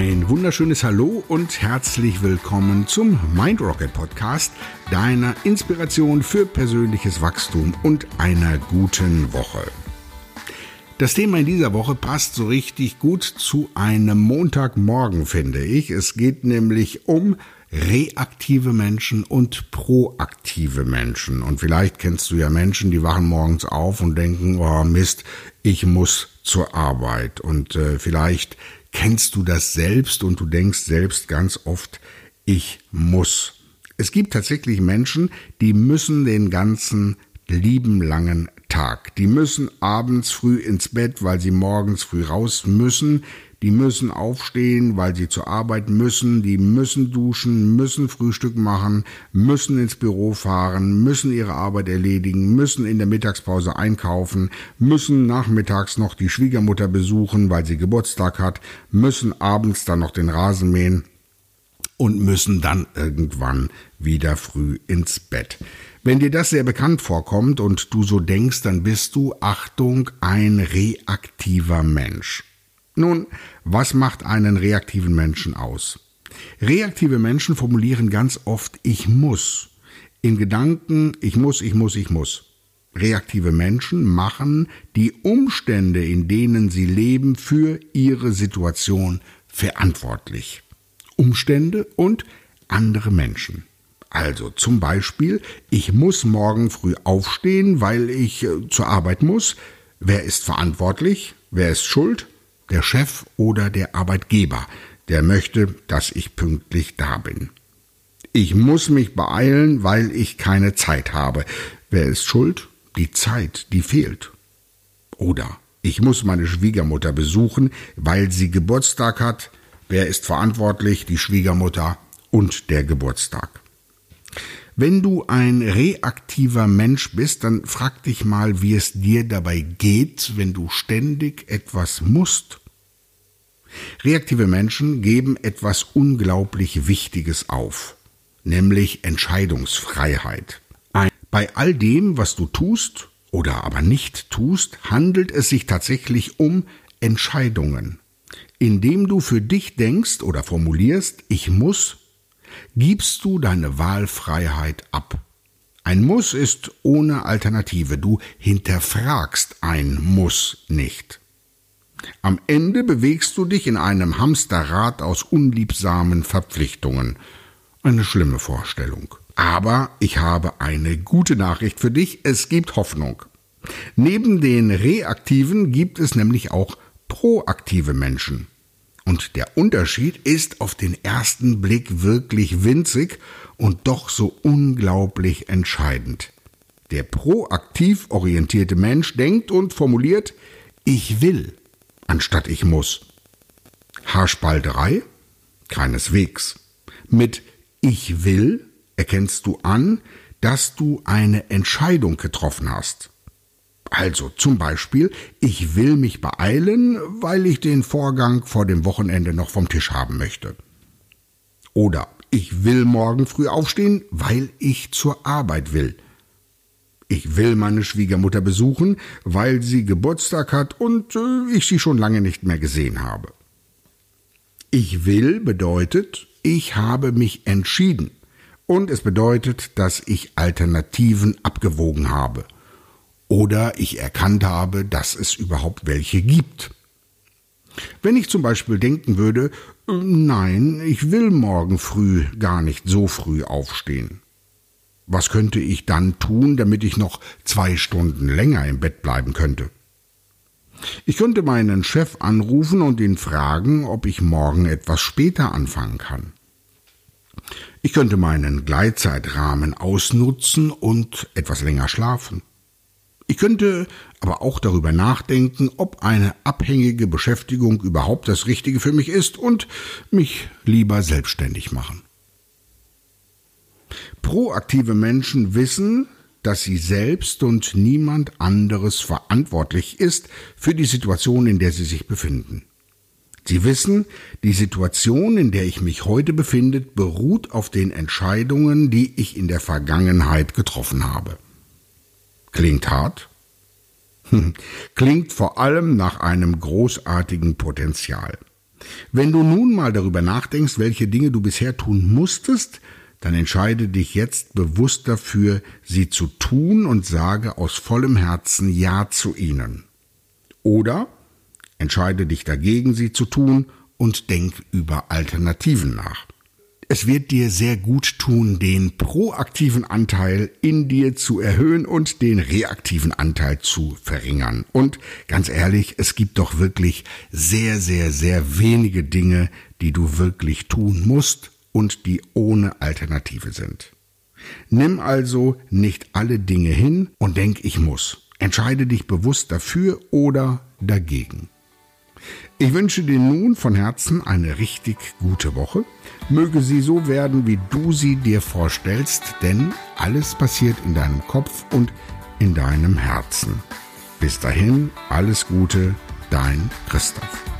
Ein wunderschönes Hallo und herzlich willkommen zum Mindrocket Podcast, deiner Inspiration für persönliches Wachstum und einer guten Woche. Das Thema in dieser Woche passt so richtig gut zu einem Montagmorgen, finde ich. Es geht nämlich um reaktive Menschen und proaktive Menschen. Und vielleicht kennst du ja Menschen, die wachen morgens auf und denken, oh Mist, ich muss zur Arbeit. Und vielleicht kennst du das selbst und du denkst selbst ganz oft, ich muss. Es gibt tatsächlich Menschen, die müssen den ganzen lieben langen Tag. Die müssen abends früh ins Bett, weil sie morgens früh raus müssen. Die müssen aufstehen, weil sie zur Arbeit müssen. Die müssen duschen, müssen Frühstück machen, müssen ins Büro fahren, müssen ihre Arbeit erledigen, müssen in der Mittagspause einkaufen, müssen nachmittags noch die Schwiegermutter besuchen, weil sie Geburtstag hat, müssen abends dann noch den Rasen mähen und müssen dann irgendwann wieder früh ins Bett. Wenn dir das sehr bekannt vorkommt und du so denkst, dann bist du, Achtung, ein reaktiver Mensch. Nun, was macht einen reaktiven Menschen aus? Reaktive Menschen formulieren ganz oft ich muss. In Gedanken ich muss. Reaktive Menschen machen die Umstände, in denen sie leben, für ihre Situation verantwortlich. Umstände und andere Menschen. Also zum Beispiel, ich muss morgen früh aufstehen, weil ich zur Arbeit muss. Wer ist verantwortlich? Wer ist schuld? Der Chef oder der Arbeitgeber, der möchte, dass ich pünktlich da bin. Ich muss mich beeilen, weil ich keine Zeit habe. Wer ist schuld? Die Zeit, die fehlt. Oder ich muss meine Schwiegermutter besuchen, weil sie Geburtstag hat. Wer ist verantwortlich? Die Schwiegermutter und der Geburtstag. Wenn du ein reaktiver Mensch bist, dann frag dich mal, wie es dir dabei geht, wenn du ständig etwas musst. Reaktive Menschen geben etwas unglaublich Wichtiges auf, nämlich Entscheidungsfreiheit. Bei all dem, was du tust oder aber nicht tust, handelt es sich tatsächlich um Entscheidungen. Indem du für dich denkst oder formulierst, ich muss, gibst du deine Wahlfreiheit ab. Ein Muss ist ohne Alternative. Du hinterfragst ein Muss nicht. Am Ende bewegst du dich in einem Hamsterrad aus unliebsamen Verpflichtungen. Eine schlimme Vorstellung. Aber ich habe eine gute Nachricht für dich. Es gibt Hoffnung. Neben den Reaktiven gibt es nämlich auch proaktive Menschen. Und der Unterschied ist auf den ersten Blick wirklich winzig und doch so unglaublich entscheidend. Der proaktiv orientierte Mensch denkt und formuliert, ich will, anstatt ich muss. Haarspalterei? Keineswegs. Mit ich will erkennst du an, dass du eine Entscheidung getroffen hast. Also zum Beispiel, ich will mich beeilen, weil ich den Vorgang vor dem Wochenende noch vom Tisch haben möchte. Oder ich will morgen früh aufstehen, weil ich zur Arbeit will. Ich will meine Schwiegermutter besuchen, weil sie Geburtstag hat und ich sie schon lange nicht mehr gesehen habe. Ich will bedeutet, ich habe mich entschieden. Und es bedeutet, dass ich Alternativen abgewogen habe. Oder ich erkannt habe, dass es überhaupt welche gibt. Wenn ich zum Beispiel denken würde, nein, ich will morgen früh gar nicht so früh aufstehen. Was könnte ich dann tun, damit ich noch 2 Stunden länger im Bett bleiben könnte? Ich könnte meinen Chef anrufen und ihn fragen, ob ich morgen etwas später anfangen kann. Ich könnte meinen Gleitzeitrahmen ausnutzen und etwas länger schlafen. Ich könnte aber auch darüber nachdenken, ob eine abhängige Beschäftigung überhaupt das Richtige für mich ist und mich lieber selbstständig machen. Proaktive Menschen wissen, dass sie selbst und niemand anderes verantwortlich ist für die Situation, in der sie sich befinden. Sie wissen, die Situation, in der ich mich heute befinde, beruht auf den Entscheidungen, die ich in der Vergangenheit getroffen habe. Klingt hart? Klingt vor allem nach einem großartigen Potenzial. Wenn du nun mal darüber nachdenkst, welche Dinge du bisher tun musstest, dann entscheide dich jetzt bewusst dafür, sie zu tun und sage aus vollem Herzen Ja zu ihnen. Oder entscheide dich dagegen, sie zu tun und denk über Alternativen nach. Es wird dir sehr gut tun, den proaktiven Anteil in dir zu erhöhen und den reaktiven Anteil zu verringern. Und ganz ehrlich, es gibt doch wirklich sehr, sehr, sehr wenige Dinge, die du wirklich tun musst und die ohne Alternative sind. Nimm also nicht alle Dinge hin und denk, ich muss. Entscheide dich bewusst dafür oder dagegen. Ich wünsche dir nun von Herzen eine richtig gute Woche. Möge sie so werden, wie du sie dir vorstellst, denn alles passiert in deinem Kopf und in deinem Herzen. Bis dahin, alles Gute, dein Christoph.